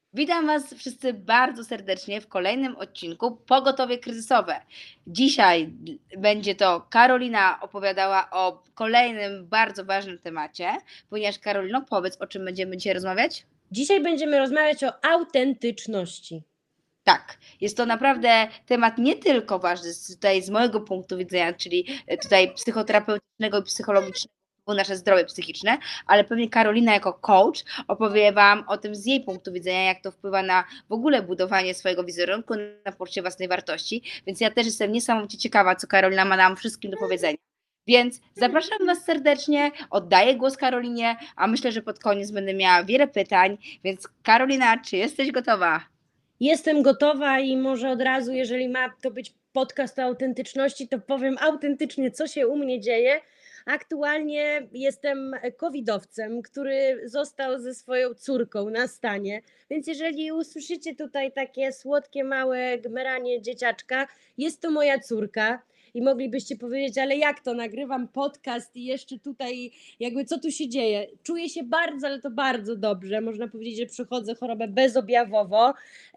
Witam Was wszyscy bardzo serdecznie w kolejnym odcinku Pogotowie Kryzysowe. Dzisiaj będzie to Karolina opowiadała o kolejnym bardzo ważnym temacie, ponieważ Karolino, powiedz, o czym będziemy dzisiaj rozmawiać? Dzisiaj będziemy rozmawiać o autentyczności. Tak, jest to naprawdę temat nie tylko ważny tutaj z mojego punktu widzenia, czyli tutaj psychoterapeutycznego i psychologicznego, bo nasze zdrowie psychiczne, ale pewnie Karolina jako coach opowie Wam o tym z jej punktu widzenia, jak to wpływa na w ogóle budowanie swojego wizerunku, na poczucie własnej wartości, więc ja też jestem niesamowicie ciekawa, co Karolina ma nam wszystkim do powiedzenia. Więc zapraszam Was serdecznie, oddaję głos Karolinie, a myślę, że pod koniec będę miała wiele pytań, więc Karolina, czy jesteś gotowa? Jestem gotowa i może od razu, jeżeli ma to być podcast o autentyczności, to powiem autentycznie, co się u mnie dzieje. Aktualnie jestem covidowcem, który został ze swoją córką na stanie, więc jeżeli usłyszycie tutaj takie słodkie, małe gmeranie dzieciaczka, jest to moja córka. I moglibyście powiedzieć, ale jak to, nagrywam podcast i jeszcze tutaj jakby co tu się dzieje? Czuję się bardzo, ale to bardzo dobrze. Można powiedzieć, że przechodzę chorobę bezobjawowo,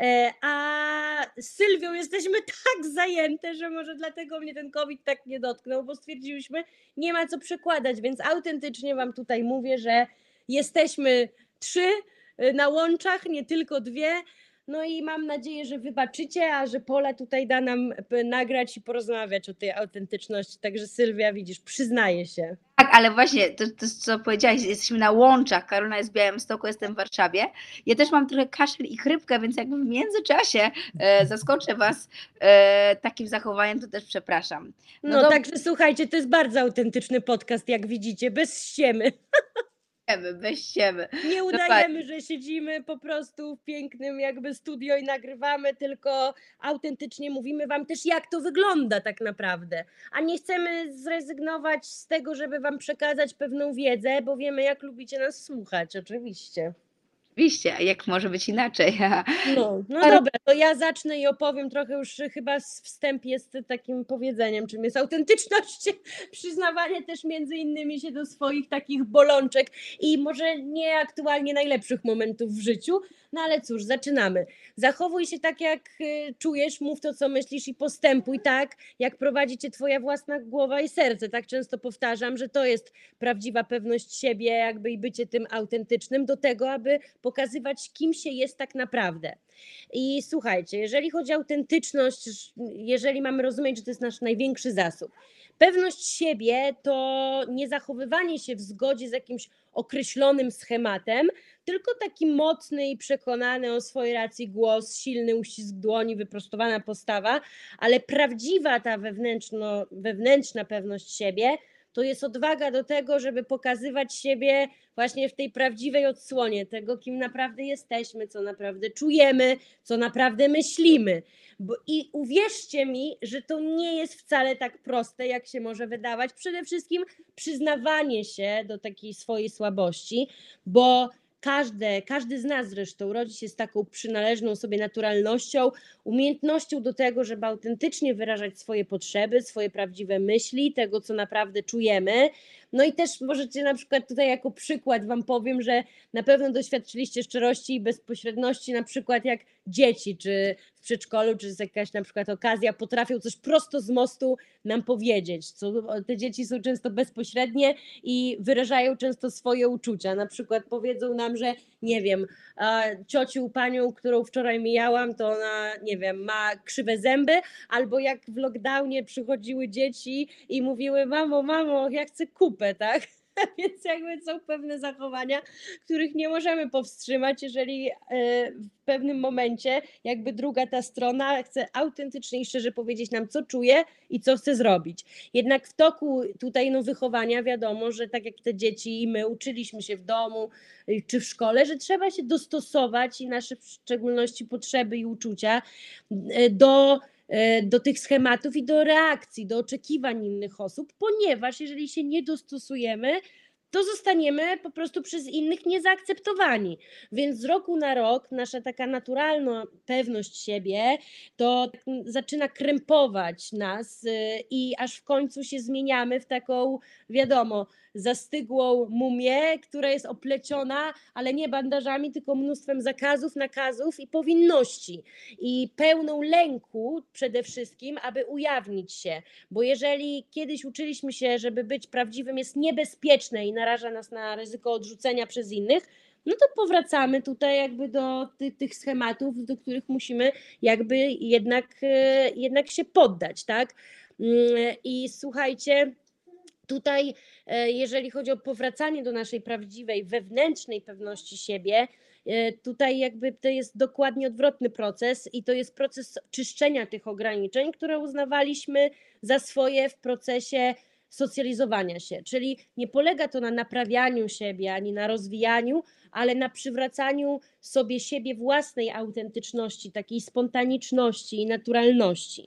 a z Sylwią jesteśmy tak zajęte, że może dlatego mnie ten COVID tak nie dotknął, bo stwierdziłyśmy, nie ma co przekładać, więc autentycznie Wam tutaj mówię, że jesteśmy 3 na łączach, nie tylko 2. No i mam nadzieję, że wybaczycie, a że Pola tutaj da nam nagrać i porozmawiać o tej autentyczności. Także Sylwia, widzisz, przyznaję się. Tak, ale właśnie to, co powiedziałaś, jesteśmy na łączach. Karolina jest w Białymstoku, jestem w Warszawie. Ja też mam trochę kaszel i chrypkę, więc jakby w międzyczasie zaskoczę Was takim zachowaniem, to też przepraszam. No także słuchajcie, to jest bardzo autentyczny podcast, jak widzicie, bez ściemy. Bez ściemy. Nie udajemy, że siedzimy po prostu w pięknym jakby studio i nagrywamy, tylko autentycznie mówimy Wam też, jak to wygląda tak naprawdę. A nie chcemy zrezygnować z tego, żeby Wam przekazać pewną wiedzę, bo wiemy, jak lubicie nas słuchać, oczywiście. Oczywiście, a jak może być inaczej? No dobra, to ja zacznę i opowiem trochę, już chyba wstęp jest takim powiedzeniem, czym jest autentyczność, przyznawanie też między innymi się do swoich takich bolączek i może nie aktualnie najlepszych momentów w życiu, no ale cóż, zaczynamy. Zachowuj się tak, jak czujesz, mów to, co myślisz i postępuj tak, jak prowadzi cię twoja własna głowa i serce. Tak często powtarzam, że to jest prawdziwa pewność siebie, jakby i bycie tym autentycznym do tego, aby pokazywać, kim się jest tak naprawdę. I słuchajcie, jeżeli chodzi o autentyczność, jeżeli mamy rozumieć, że to jest nasz największy zasób, pewność siebie to nie zachowywanie się w zgodzie z jakimś określonym schematem, tylko taki mocny i przekonany o swojej racji głos, silny uścisk dłoni, wyprostowana postawa, ale prawdziwa ta wewnętrzna pewność siebie to jest odwaga do tego, żeby pokazywać siebie właśnie w tej prawdziwej odsłonie tego, kim naprawdę jesteśmy, co naprawdę czujemy, co naprawdę myślimy. I uwierzcie mi, że to nie jest wcale tak proste, jak się może wydawać. Przede wszystkim przyznawanie się do takiej swojej słabości, bo każdy z nas zresztą rodzi się z taką przynależną sobie naturalnością, umiejętnością do tego, żeby autentycznie wyrażać swoje potrzeby, swoje prawdziwe myśli, tego, co naprawdę czujemy. No i też możecie na przykład tutaj jako przykład Wam powiem, że na pewno doświadczyliście szczerości i bezpośredności, na przykład jak dzieci, czy w przedszkolu, czy jest jakaś na przykład okazja, potrafią coś prosto z mostu nam powiedzieć. Te dzieci są często bezpośrednie i wyrażają często swoje uczucia. Na przykład powiedzą nam, że nie wiem, ciociu, panią, którą wczoraj mijałam, to ona, nie wiem, ma krzywe zęby, albo jak w lockdownie przychodziły dzieci i mówiły, mamo, ja chcę kupę, tak? Więc jakby są pewne zachowania, których nie możemy powstrzymać, jeżeli w pewnym momencie jakby druga ta strona chce autentycznie i szczerze powiedzieć nam, co czuje i co chce zrobić. Jednak w toku tutaj wychowania wiadomo, że tak jak te dzieci i my uczyliśmy się w domu czy w szkole, że trzeba się dostosować i nasze w szczególności potrzeby i uczucia do tych schematów i do reakcji, do oczekiwań innych osób, ponieważ jeżeli się nie dostosujemy, to zostaniemy po prostu przez innych niezaakceptowani. Więc z roku na rok nasza taka naturalna pewność siebie to zaczyna krępować nas i aż w końcu się zmieniamy w taką, wiadomo, zastygłą mumię, która jest opleciona, ale nie bandażami, tylko mnóstwem zakazów, nakazów i powinności. I pełną lęku przede wszystkim, aby ujawnić się. Bo jeżeli kiedyś uczyliśmy się, żeby być prawdziwym jest niebezpieczne i naraża nas na ryzyko odrzucenia przez innych, no to powracamy tutaj jakby do tych schematów, do których musimy jakby jednak się poddać, tak? I słuchajcie, tutaj, jeżeli chodzi o powracanie do naszej prawdziwej, wewnętrznej pewności siebie, tutaj jakby to jest dokładnie odwrotny proces i to jest proces czyszczenia tych ograniczeń, które uznawaliśmy za swoje w procesie socjalizowania się. Czyli nie polega to na naprawianiu siebie ani na rozwijaniu, ale na przywracaniu sobie siebie własnej autentyczności, takiej spontaniczności i naturalności.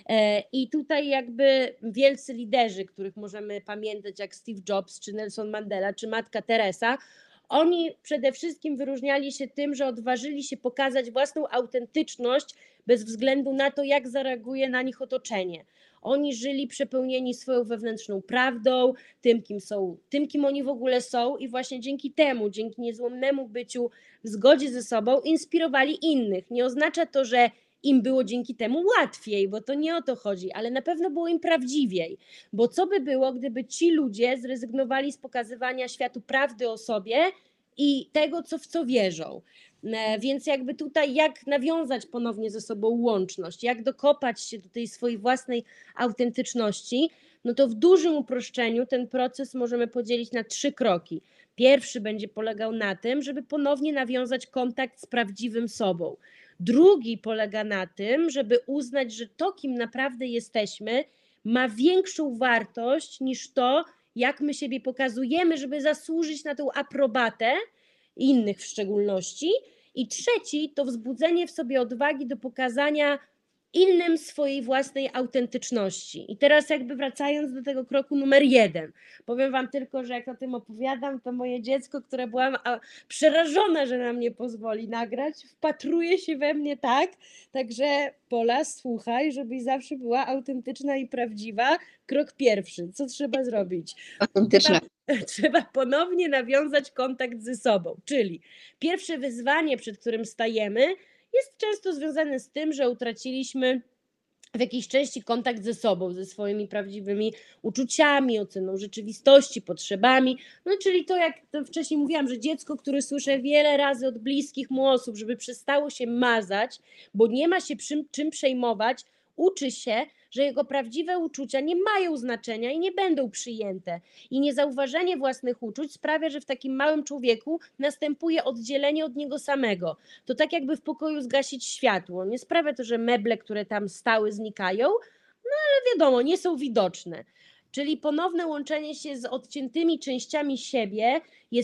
I tutaj jakby wielcy liderzy, których możemy pamiętać, jak Steve Jobs, czy Nelson Mandela, czy Matka Teresa, oni przede wszystkim wyróżniali się tym, że odważyli się pokazać własną autentyczność bez względu na to, jak zareaguje na nich otoczenie. Oni żyli przepełnieni swoją wewnętrzną prawdą, tym, kim są, tym, kim oni w ogóle są, i właśnie dzięki temu, dzięki niezłomnemu byciu w zgodzie ze sobą, inspirowali innych. Nie oznacza to, że im było dzięki temu łatwiej, bo to nie o to chodzi, ale na pewno było im prawdziwiej. Bo co by było, gdyby ci ludzie zrezygnowali z pokazywania światu prawdy o sobie i tego, w co wierzą. Więc jakby tutaj jak nawiązać ponownie ze sobą łączność, jak dokopać się do tej swojej własnej autentyczności, no to w dużym uproszczeniu ten proces możemy podzielić na 3 kroki. Pierwszy będzie polegał na tym, żeby ponownie nawiązać kontakt z prawdziwym sobą. Drugi polega na tym, żeby uznać, że to, kim naprawdę jesteśmy, ma większą wartość niż to, jak my siebie pokazujemy, żeby zasłużyć na tą aprobatę innych w szczególności. I trzeci to wzbudzenie w sobie odwagi do pokazania innym swojej własnej autentyczności. I teraz jakby wracając do tego kroku numer 1, powiem wam tylko, że jak o tym opowiadam, to moje dziecko, które byłam przerażona, że nam nie pozwoli nagrać, wpatruje się we mnie tak, także Pola, słuchaj, żebyś zawsze była autentyczna i prawdziwa. Krok pierwszy, co trzeba zrobić? Autentyczne. Trzeba ponownie nawiązać kontakt ze sobą, czyli pierwsze wyzwanie, przed którym stajemy, jest często związane z tym, że utraciliśmy w jakiejś części kontakt ze sobą, ze swoimi prawdziwymi uczuciami, oceną rzeczywistości, potrzebami. No czyli to, jak to wcześniej mówiłam, że dziecko, które słyszę wiele razy od bliskich mu osób, żeby przestało się mazać, bo nie ma się czym przejmować, uczy się, że jego prawdziwe uczucia nie mają znaczenia i nie będą przyjęte. I niezauważenie własnych uczuć sprawia, że w takim małym człowieku następuje oddzielenie od niego samego. To tak jakby w pokoju zgasić światło. Nie sprawia to, że meble, które tam stały, znikają, no ale wiadomo, nie są widoczne. Czyli ponowne łączenie się z odciętymi częściami siebie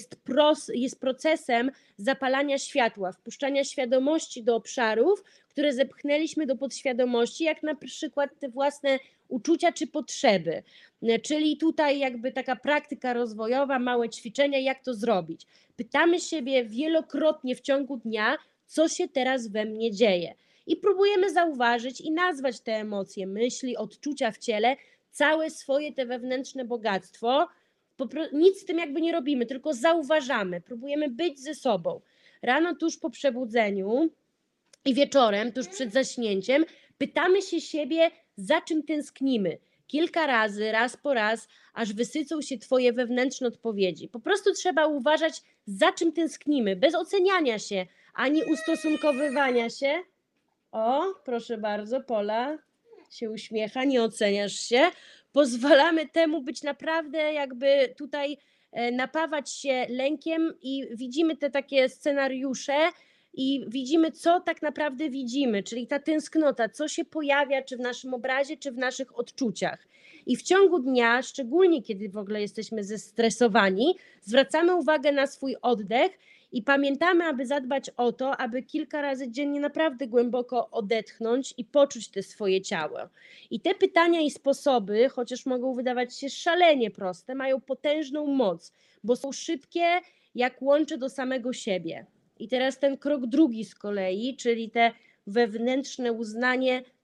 jest procesem zapalania światła, wpuszczania świadomości do obszarów, które zepchnęliśmy do podświadomości, jak na przykład te własne uczucia czy potrzeby. Czyli tutaj jakby taka praktyka rozwojowa, małe ćwiczenia, jak to zrobić. Pytamy siebie wielokrotnie w ciągu dnia, co się teraz we mnie dzieje. I próbujemy zauważyć i nazwać te emocje, myśli, odczucia w ciele, całe swoje te wewnętrzne bogactwo. Nic z tym jakby nie robimy, tylko zauważamy, próbujemy być ze sobą. Rano tuż po przebudzeniu i wieczorem, tuż przed zaśnięciem, pytamy się siebie, za czym tęsknimy. Kilka razy, raz po raz, aż wysycą się twoje wewnętrzne odpowiedzi. Po prostu trzeba uważać, za czym tęsknimy, bez oceniania się, ani ustosunkowywania się. O, proszę bardzo, Pola się uśmiecha, nie oceniasz się. Pozwalamy temu być naprawdę jakby tutaj napawać się lękiem i widzimy te takie scenariusze i widzimy, co tak naprawdę widzimy, czyli ta tęsknota, co się pojawia, czy w naszym obrazie, czy w naszych odczuciach. I w ciągu dnia, szczególnie kiedy w ogóle jesteśmy zestresowani, zwracamy uwagę na swój oddech i pamiętamy, aby zadbać o to, aby kilka razy dziennie naprawdę głęboko odetchnąć i poczuć te swoje ciało. I te pytania i sposoby, chociaż mogą wydawać się szalenie proste, mają potężną moc, bo są szybkie jak łącze do samego siebie. I teraz ten krok drugi z kolei, czyli te wewnętrzne uznanie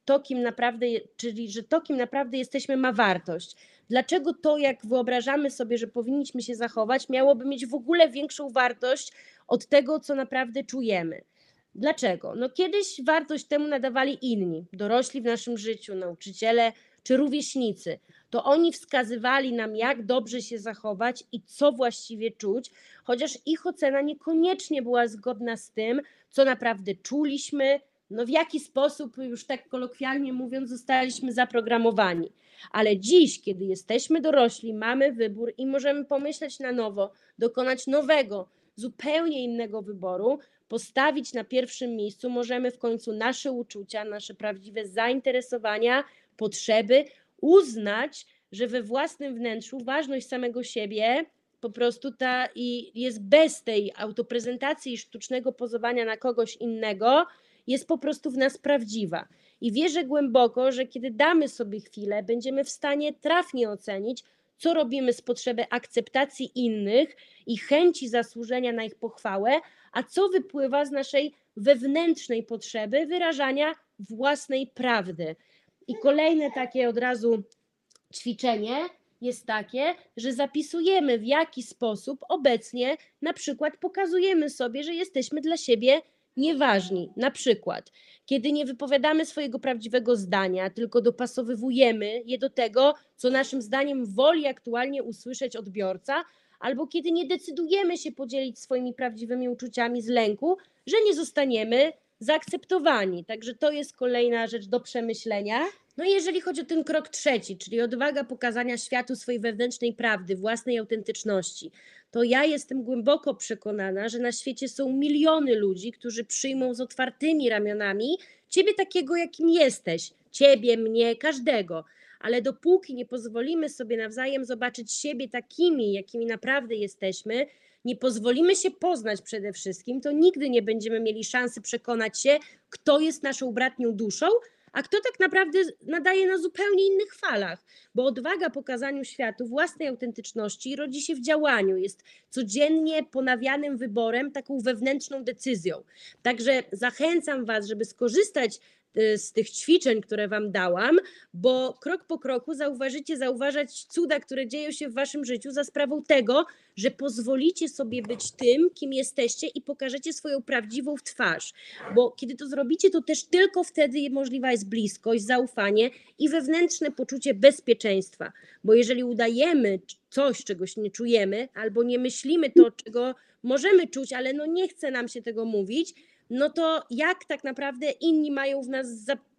to, kim naprawdę, czyli że to, kim naprawdę jesteśmy, ma wartość. Dlaczego to, jak wyobrażamy sobie, że powinniśmy się zachować, miałoby mieć w ogóle większą wartość od tego, co naprawdę czujemy? Dlaczego? No kiedyś wartość temu nadawali inni, dorośli w naszym życiu, nauczyciele czy rówieśnicy. To oni wskazywali nam, jak dobrze się zachować i co właściwie czuć, chociaż ich ocena niekoniecznie była zgodna z tym, co naprawdę czuliśmy, no w jaki sposób, już tak kolokwialnie mówiąc, zostaliśmy zaprogramowani. Ale dziś, kiedy jesteśmy dorośli, mamy wybór i możemy pomyśleć na nowo, dokonać nowego, zupełnie innego wyboru, postawić na pierwszym miejscu możemy w końcu nasze uczucia, nasze prawdziwe zainteresowania, potrzeby, uznać, że we własnym wnętrzu ważność samego siebie po prostu ta i jest bez tej autoprezentacji i sztucznego pozowania na kogoś innego, jest po prostu w nas prawdziwa. I wierzę głęboko, że kiedy damy sobie chwilę, będziemy w stanie trafnie ocenić, co robimy z potrzeby akceptacji innych i chęci zasłużenia na ich pochwałę, a co wypływa z naszej wewnętrznej potrzeby wyrażania własnej prawdy. I kolejne takie od razu ćwiczenie jest takie, że zapisujemy, w jaki sposób obecnie na przykład pokazujemy sobie, że jesteśmy dla siebie nieważni. Na przykład, kiedy nie wypowiadamy swojego prawdziwego zdania, tylko dopasowywujemy je do tego, co naszym zdaniem woli aktualnie usłyszeć odbiorca, albo kiedy nie decydujemy się podzielić swoimi prawdziwymi uczuciami z lęku, że nie zostaniemy zaakceptowani. Także to jest kolejna rzecz do przemyślenia. No i jeżeli chodzi o ten krok trzeci, czyli odwaga pokazania światu swojej wewnętrznej prawdy, własnej autentyczności, to ja jestem głęboko przekonana, że na świecie są miliony ludzi, którzy przyjmą z otwartymi ramionami ciebie takiego, jakim jesteś, ciebie, mnie, każdego. Ale dopóki nie pozwolimy sobie nawzajem zobaczyć siebie takimi, jakimi naprawdę jesteśmy, nie pozwolimy się poznać przede wszystkim, to nigdy nie będziemy mieli szansy przekonać się, kto jest naszą bratnią duszą, a kto tak naprawdę nadaje na zupełnie innych falach, bo odwaga pokazaniu światu własnej autentyczności rodzi się w działaniu, jest codziennie ponawianym wyborem, taką wewnętrzną decyzją. Także zachęcam Was, żeby skorzystać z tych ćwiczeń, które Wam dałam, bo krok po kroku zauważać cuda, które dzieją się w Waszym życiu za sprawą tego, że pozwolicie sobie być tym, kim jesteście i pokażecie swoją prawdziwą twarz. Bo kiedy to zrobicie, to też tylko wtedy możliwa jest bliskość, zaufanie i wewnętrzne poczucie bezpieczeństwa. Bo jeżeli udajemy coś, czegoś nie czujemy, albo nie myślimy to, czego możemy czuć, ale no nie chce nam się tego mówić, no to jak tak naprawdę inni mają w nas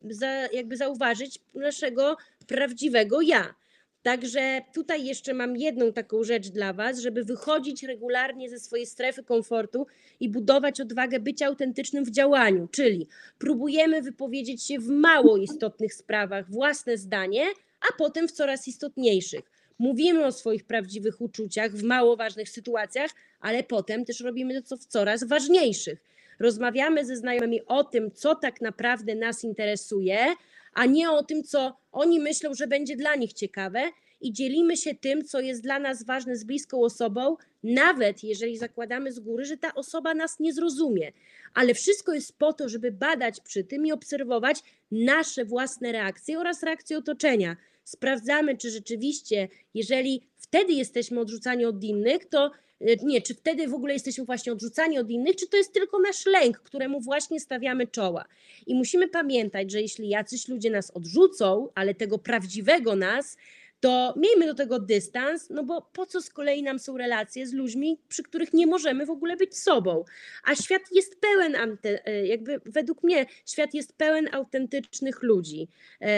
jakby zauważyć naszego prawdziwego ja. Także tutaj jeszcze mam jedną taką rzecz dla Was, żeby wychodzić regularnie ze swojej strefy komfortu i budować odwagę bycia autentycznym w działaniu, czyli próbujemy wypowiedzieć się w mało istotnych sprawach własne zdanie, a potem w coraz istotniejszych. Mówimy o swoich prawdziwych uczuciach w mało ważnych sytuacjach, ale potem też robimy to w coraz ważniejszych. Rozmawiamy ze znajomymi o tym, co tak naprawdę nas interesuje, a nie o tym, co oni myślą, że będzie dla nich ciekawe, i dzielimy się tym, co jest dla nas ważne z bliską osobą, nawet jeżeli zakładamy z góry, że ta osoba nas nie zrozumie. Ale wszystko jest po to, żeby badać przy tym i obserwować nasze własne reakcje oraz reakcje otoczenia. Sprawdzamy, czy rzeczywiście, jeżeli wtedy jesteśmy odrzucani od innych, to nie, czy wtedy w ogóle jesteśmy właśnie odrzucani od innych, czy to jest tylko nasz lęk, któremu właśnie stawiamy czoła. I musimy pamiętać, że jeśli jacyś ludzie nas odrzucą, ale tego prawdziwego nas, to miejmy do tego dystans, no bo po co z kolei nam są relacje z ludźmi, przy których nie możemy w ogóle być sobą. A świat jest pełen, jakby według mnie, świat jest pełen autentycznych ludzi.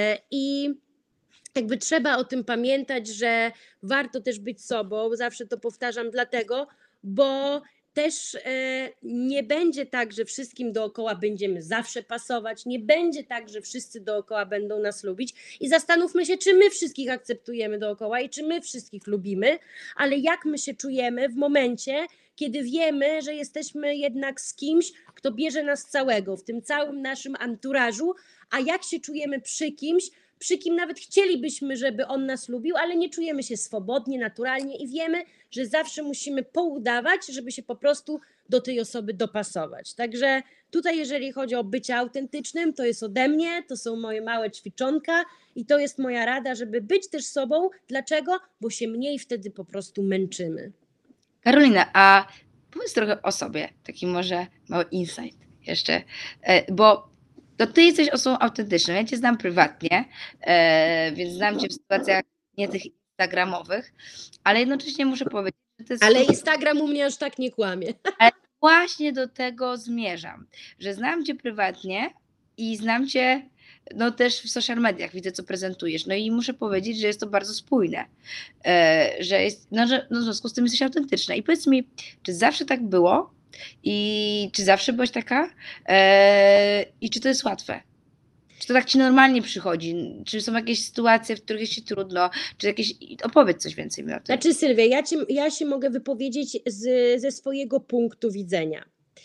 I jakby trzeba o tym pamiętać, że warto też być sobą, zawsze to powtarzam dlatego, bo też nie będzie tak, że wszystkim dookoła będziemy zawsze pasować, nie będzie tak, że wszyscy dookoła będą nas lubić i zastanówmy się, czy my wszystkich akceptujemy dookoła i czy my wszystkich lubimy, ale jak my się czujemy w momencie, kiedy wiemy, że jesteśmy jednak z kimś, kto bierze nas całego, w tym całym naszym anturażu, a jak się czujemy przy kimś, przy kim nawet chcielibyśmy, żeby on nas lubił, ale nie czujemy się swobodnie, naturalnie i wiemy, że zawsze musimy poudawać, żeby się po prostu do tej osoby dopasować. Także tutaj, jeżeli chodzi o bycie autentycznym, to jest ode mnie, to są moje małe ćwiczonka i to jest moja rada, żeby być też sobą. Dlaczego? Bo się mniej wtedy po prostu męczymy. Karolina, a powiedz trochę o sobie, taki może mały insight jeszcze, bo to ty jesteś osobą autentyczną, ja cię znam prywatnie, więc znam cię w sytuacjach nie tych instagramowych, ale jednocześnie muszę powiedzieć, że to jest... Ale Instagram u mnie aż tak nie kłamie. Właśnie do tego zmierzam, że znam cię prywatnie i znam cię no też w social mediach, widzę co prezentujesz, no i muszę powiedzieć, że jest to bardzo spójne, że jest, że w związku z tym jesteś autentyczna. I powiedz mi, czy zawsze tak było i czy zawsze byłaś taka i czy to jest łatwe? Czy to tak ci normalnie przychodzi? Czy są jakieś sytuacje, w których jest ci trudno? Czy jakieś... Opowiedz coś więcej mi o tym. Znaczy Sylwia, ja się mogę wypowiedzieć ze swojego punktu widzenia.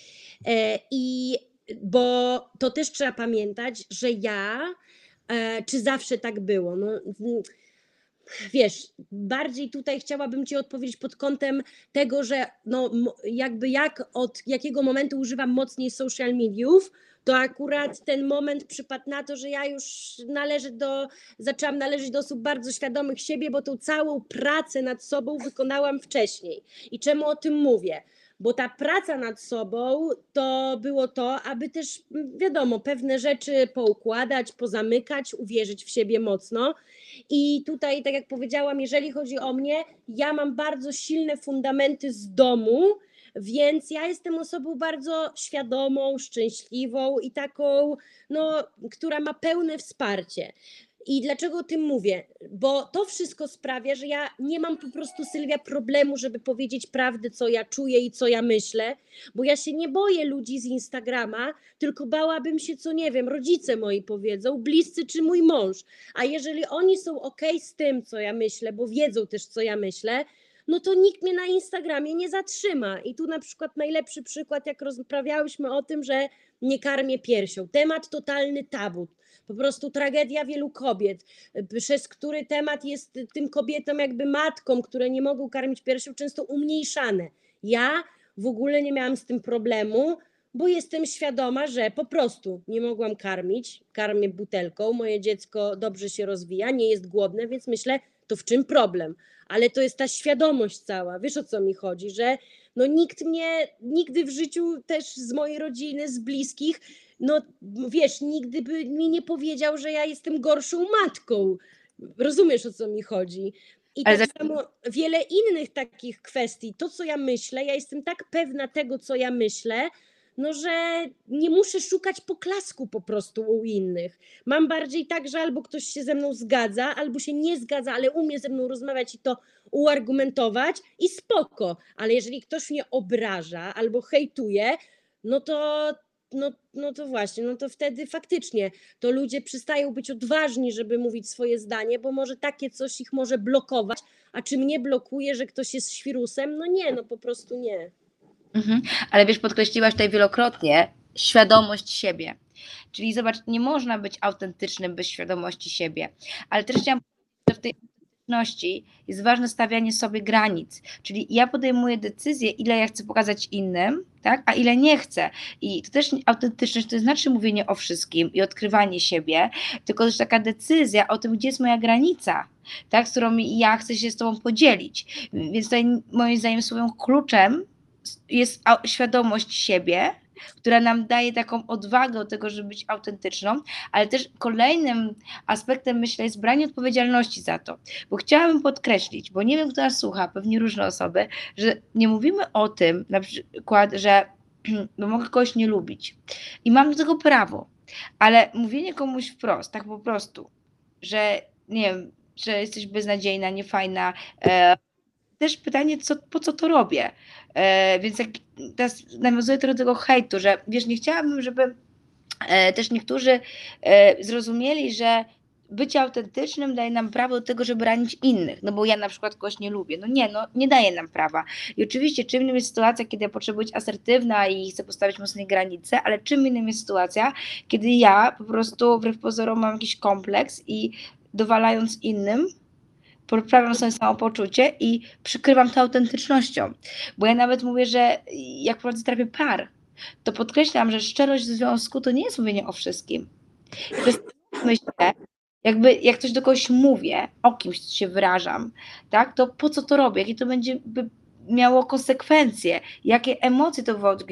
Bo to też trzeba pamiętać, że czy zawsze tak było? No, wiesz, bardziej tutaj chciałabym ci odpowiedzieć pod kątem tego, że no, jakby od jakiego momentu używam mocniej social mediów, to akurat ten moment przypadł na to, że ja już zaczęłam należeć do osób bardzo świadomych siebie, bo tą całą pracę nad sobą wykonałam wcześniej. I czemu o tym mówię? Bo ta praca nad sobą to było to, aby też, wiadomo, pewne rzeczy poukładać, pozamykać, uwierzyć w siebie mocno. I tutaj, tak jak powiedziałam, jeżeli chodzi o mnie, ja mam bardzo silne fundamenty z domu, więc ja jestem osobą bardzo świadomą, szczęśliwą i taką, no, która ma pełne wsparcie. I dlaczego o tym mówię? Bo to wszystko sprawia, że ja nie mam po prostu, Sylwia, problemu, żeby powiedzieć prawdę, co ja czuję i co ja myślę, bo ja się nie boję ludzi z Instagrama, tylko bałabym się, co nie wiem, rodzice moi powiedzą, bliscy czy mój mąż. A jeżeli oni są okej z tym, co ja myślę, bo wiedzą też, co ja myślę, no to nikt mnie na Instagramie nie zatrzyma. I tu na przykład najlepszy przykład, jak rozprawiałyśmy o tym, że nie karmię piersią. Temat totalny tabu. Po prostu tragedia wielu kobiet, przez który temat jest tym kobietom jakby matkom, które nie mogą karmić piersią, często umniejszane. Ja w ogóle nie miałam z tym problemu, bo jestem świadoma, że po prostu nie mogłam karmię butelką, moje dziecko dobrze się rozwija, nie jest głodne, więc myślę, to w czym problem? Ale to jest ta świadomość cała, wiesz o co mi chodzi, że no nikt mnie nigdy w życiu też z mojej rodziny, z bliskich, no wiesz, nigdy by mi nie powiedział, że ja jestem gorszą matką. Rozumiesz, o co mi chodzi? I Ale tak samo wiele innych takich kwestii. To, co ja myślę, ja jestem tak pewna tego, co ja myślę, no że nie muszę szukać poklasku po prostu u innych. Mam bardziej tak, że albo ktoś się ze mną zgadza, albo się nie zgadza, ale umie ze mną rozmawiać i to uargumentować i spoko. Ale jeżeli ktoś mnie obraża albo hejtuje, no to właśnie, no to wtedy faktycznie to ludzie przestają być odważni, żeby mówić swoje zdanie, bo może takie coś ich może blokować, a czy mnie blokuje, że ktoś jest świrusem? No nie, no po prostu nie. Ale wiesz, podkreśliłaś tutaj wielokrotnie świadomość siebie. Czyli zobacz, nie można być autentycznym bez świadomości siebie. Ale też chciałam powiedzieć, że w tej autentyczności jest ważne stawianie sobie granic. Czyli ja podejmuję decyzję, ile ja chcę pokazać innym, tak, a ile nie chcę. I to też autentyczność to znaczy mówienie o wszystkim i odkrywanie siebie, tylko też taka decyzja o tym, gdzie jest moja granica, tak, z którą ja chcę się z tobą podzielić. Więc tutaj moim zdaniem swoim kluczem jest świadomość siebie, która nam daje taką odwagę do tego, żeby być autentyczną, ale też kolejnym aspektem, myślę, jest branie odpowiedzialności za to, bo chciałabym podkreślić, bo nie wiem, kto nas słucha, pewnie różne osoby, że nie mówimy o tym na przykład, że bo mogę kogoś nie lubić i mam do tego prawo, ale mówienie komuś wprost, tak po prostu, że nie wiem, że jesteś beznadziejna, niefajna, też pytanie, po co to robię? Więc jak teraz nawiązuję trochę do tego hejtu, że wiesz, nie chciałabym, żeby też niektórzy zrozumieli, że bycie autentycznym daje nam prawo do tego, żeby ranić innych, no bo ja na przykład kogoś nie lubię. No nie, no nie daje nam prawa. I oczywiście czym innym jest sytuacja, kiedy ja potrzebuję być asertywna i chcę postawić mocne granice, ale czym innym jest sytuacja, kiedy ja po prostu wbrew pozorom mam jakiś kompleks i dowalając innym, poprawiam sobie samopoczucie i przykrywam to autentycznością. Bo ja nawet mówię, że jak prowadzę terapię par, to podkreślam, że szczerość w związku to nie jest mówienie o wszystkim. I to jest, myślę, jakby jak coś do kogoś mówię, o kimś się wyrażam, tak, to po co to robię? Jakie to będzie miało konsekwencje? Jakie emocje to wywoła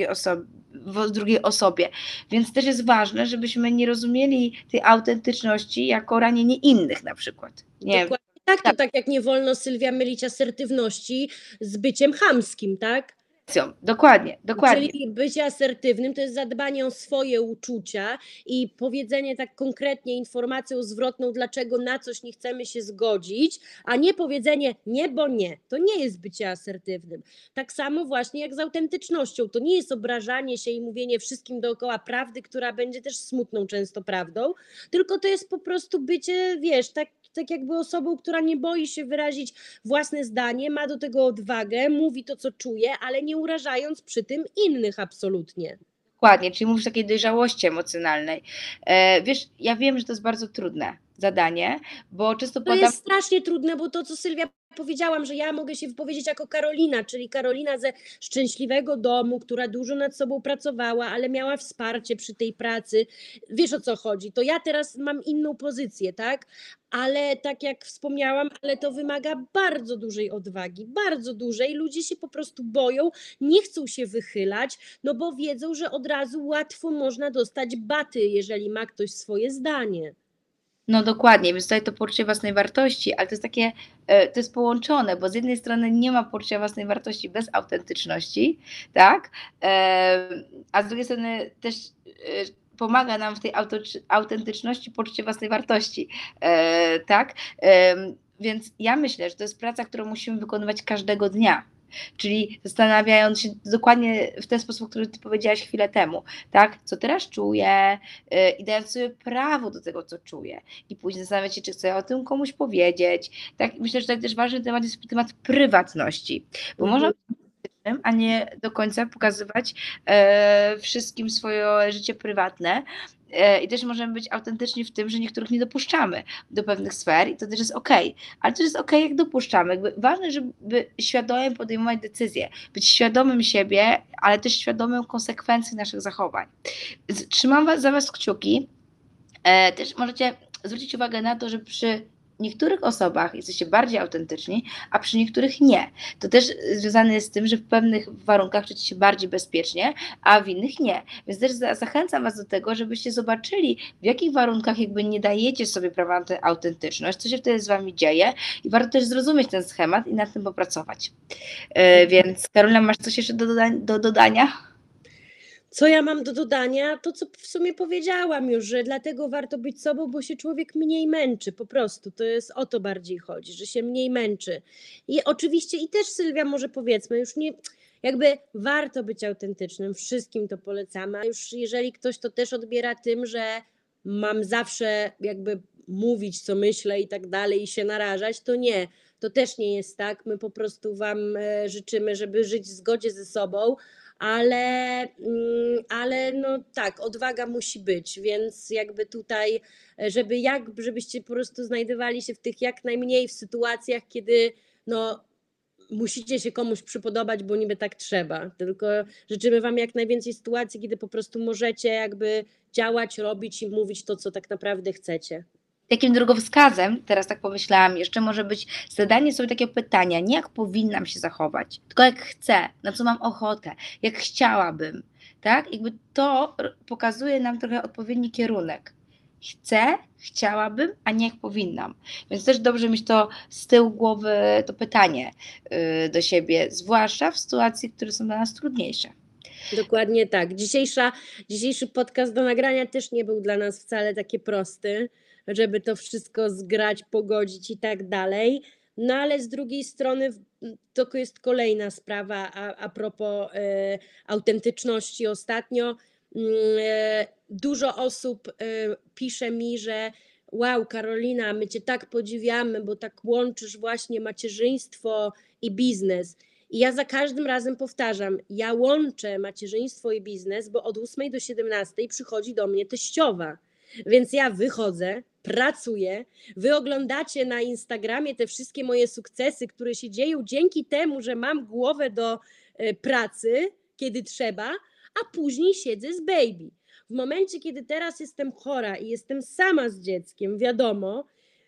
w drugiej osobie? Więc też jest ważne, żebyśmy nie rozumieli tej autentyczności jako ranienie innych na przykład. Nie wiem. Dokładnie tak, to tak jak nie wolno, Sylwia, mylić asertywności z byciem chamskim, tak? Dokładnie, dokładnie. Czyli bycie asertywnym to jest zadbanie o swoje uczucia i powiedzenie tak konkretnie informacją zwrotną, dlaczego na coś nie chcemy się zgodzić, a nie powiedzenie nie, bo nie. To nie jest bycie asertywnym. Tak samo właśnie jak z autentycznością. To nie jest obrażanie się i mówienie wszystkim dookoła prawdy, która będzie też smutną często prawdą, tylko to jest po prostu bycie, wiesz, tak jakby osobą, która nie boi się wyrazić własne zdanie, ma do tego odwagę, mówi to, co czuje, ale nie urażając przy tym innych absolutnie. Dokładnie, czyli mówisz o takiej dojrzałości emocjonalnej. Wiesz, ja wiem, że to jest bardzo trudne zadanie, bo często To jest strasznie trudne, bo to, co Sylwia powiedziałam, że ja mogę się wypowiedzieć jako Karolina, czyli Karolina ze szczęśliwego domu, która dużo nad sobą pracowała, ale miała wsparcie przy tej pracy. Wiesz, o co chodzi. To ja teraz mam inną pozycję, tak? Ale tak jak wspomniałam, ale to wymaga bardzo dużej odwagi, bardzo dużej. Ludzie się po prostu boją, nie chcą się wychylać, no bo wiedzą, że od razu łatwo można dostać baty, jeżeli ma ktoś swoje zdanie. No dokładnie, więc tutaj to poczucie własnej wartości, ale to jest takie, to jest połączone, bo z jednej strony nie ma poczucia własnej wartości bez autentyczności, tak? A z drugiej strony też pomaga nam w tej autentyczności poczucie własnej wartości, tak? Więc ja myślę, że to jest praca, którą musimy wykonywać każdego dnia. Czyli zastanawiając się dokładnie w ten sposób, który ty powiedziałaś chwilę temu, tak? Co teraz czuję i dając sobie prawo do tego, co czuję. I później zastanawiać się, czy chcę o tym komuś powiedzieć. Tak? Myślę, że tutaj też ważny temat jest temat prywatności, bo można być autentycznym, a nie do końca pokazywać wszystkim swoje życie prywatne. I też możemy być autentyczni w tym, że niektórych nie dopuszczamy do pewnych sfer i to też jest okej. Ale też jest okej, jak dopuszczamy. Jakby ważne, żeby świadomie podejmować decyzje, być świadomym siebie, ale też świadomym konsekwencji naszych zachowań. Więc trzymam za was kciuki. Też możecie zwrócić uwagę na to, że przy niektórych osobach jesteście bardziej autentyczni, a przy niektórych nie. To też związane jest z tym, że w pewnych warunkach czujecie się bardziej bezpiecznie, a w innych nie. Więc też zachęcam was do tego, żebyście zobaczyli, w jakich warunkach jakby nie dajecie sobie prawa na tę autentyczność, co się wtedy z wami dzieje i warto też zrozumieć ten schemat i nad tym popracować. Więc Karolina, masz coś jeszcze do dodania? Co ja mam do dodania? To, co w sumie powiedziałam już, że dlatego warto być sobą, bo się człowiek mniej męczy, po prostu. To jest o to bardziej chodzi, że się mniej męczy. I oczywiście, i też Sylwia, może powiedzmy, już nie, jakby warto być autentycznym, wszystkim to polecamy, a już jeżeli ktoś to też odbiera tym, że mam zawsze jakby mówić, co myślę i tak dalej i się narażać, to nie. To też nie jest tak. My po prostu Wam życzymy, żeby żyć w zgodzie ze sobą, ale no tak, odwaga musi być, więc jakby tutaj, żebyście po prostu znajdowali się w tych jak najmniej w sytuacjach, kiedy no musicie się komuś przypodobać, bo niby tak trzeba, tylko życzymy Wam jak najwięcej sytuacji, kiedy po prostu możecie jakby działać, robić i mówić to, co tak naprawdę chcecie. Takim drogowskazem, teraz tak pomyślałam, jeszcze może być zadanie sobie takiego pytania, nie jak powinnam się zachować, tylko jak chcę, na co mam ochotę, jak chciałabym, tak? Jakby to pokazuje nam trochę odpowiedni kierunek. Chcę, chciałabym, a nie jak powinnam. Więc też dobrze mieć to z tyłu głowy, to pytanie do siebie, zwłaszcza w sytuacji, które są dla nas trudniejsze. Dokładnie tak. Dzisiejszy podcast do nagrania też nie był dla nas wcale taki prosty, żeby to wszystko zgrać, pogodzić i tak dalej. No ale z drugiej strony to jest kolejna sprawa a propos autentyczności. Ostatnio dużo osób pisze mi, że wow, Karolina, my Cię tak podziwiamy, bo tak łączysz właśnie macierzyństwo i biznes. I ja za każdym razem powtarzam, ja łączę macierzyństwo i biznes, bo od 8 do 17 przychodzi do mnie teściowa. Więc ja wychodzę, pracuję, wy oglądacie na Instagramie te wszystkie moje sukcesy, które się dzieją dzięki temu, że mam głowę do pracy, kiedy trzeba, a później siedzę z baby. W momencie, kiedy teraz jestem chora i jestem sama z dzieckiem, wiadomo,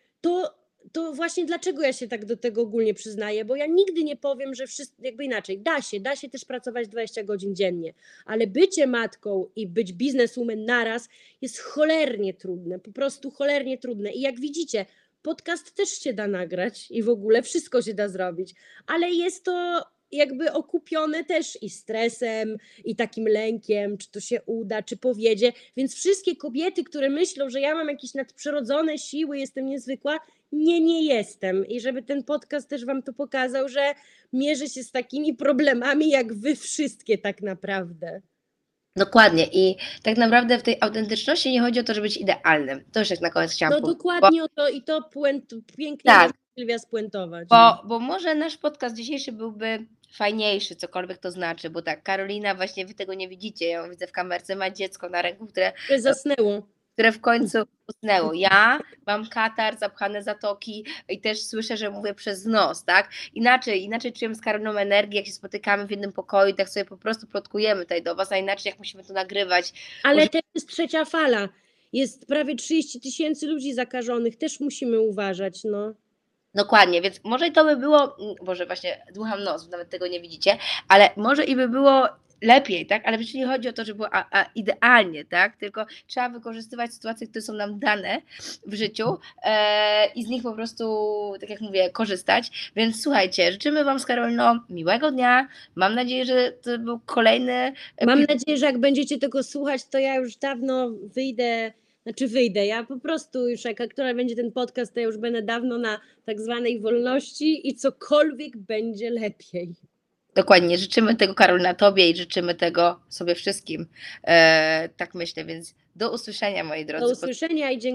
to właśnie dlaczego ja się tak do tego ogólnie przyznaję, bo ja nigdy nie powiem, że wszystko, jakby inaczej, da się też pracować 20 godzin dziennie, ale bycie matką i być bizneswoman naraz jest cholernie trudne, po prostu cholernie trudne i jak widzicie, podcast też się da nagrać i w ogóle wszystko się da zrobić, ale jest to jakby okupione też i stresem, i takim lękiem, czy to się uda, czy powiedzie, więc wszystkie kobiety, które myślą, że ja mam jakieś nadprzyrodzone siły, jestem niezwykła, nie jestem. I żeby ten podcast też wam to pokazał, że mierzę się z takimi problemami, jak wy wszystkie tak naprawdę. Dokładnie i tak naprawdę w tej autentyczności nie chodzi o to, żeby być idealnym. To już jak na koniec chciałam No powiedzieć. dokładnie o to i to pięknie Tak. może Sylwia spuentować. Bo może nasz podcast dzisiejszy byłby fajniejszy, cokolwiek to znaczy, bo tak, Karolina, właśnie wy tego nie widzicie, ja ją widzę w kamerce, ma dziecko na ręku, które Zasnęło. w końcu usnęło. Ja mam katar, zapchane zatoki i też słyszę, że mówię przez nos, tak? Inaczej czujemy z Karoliną energię, jak się spotykamy w jednym pokoju, tak sobie po prostu plotkujemy tutaj do was, a inaczej jak musimy to nagrywać. Ale też jest trzecia fala. Jest prawie 30 000 ludzi zakażonych, też musimy uważać, no. Dokładnie, więc może i to by było, Boże, właśnie dmucham nos, nawet tego nie widzicie, ale może i by było lepiej, tak? Ale przecież nie chodzi o to, żeby było idealnie, tak? Tylko trzeba wykorzystywać sytuacje, które są nam dane w życiu i z nich po prostu, tak jak mówię, korzystać. Więc słuchajcie, życzymy wam z Karoliną miłego dnia. Mam nadzieję, że to był kolejny Mam nadzieję, że jak będziecie tego słuchać, to ja już dawno wyjdę, ja po prostu już jak aktora będzie ten podcast, to ja już będę dawno na tak zwanej wolności i cokolwiek będzie lepiej. Dokładnie, życzymy tego Karolina tobie i życzymy tego sobie wszystkim. Tak myślę, więc do usłyszenia, moi drodzy. Do usłyszenia i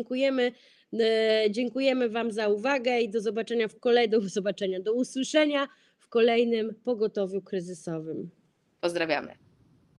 dziękujemy wam za uwagę i do usłyszenia w kolejnym pogotowiu kryzysowym. Pozdrawiamy.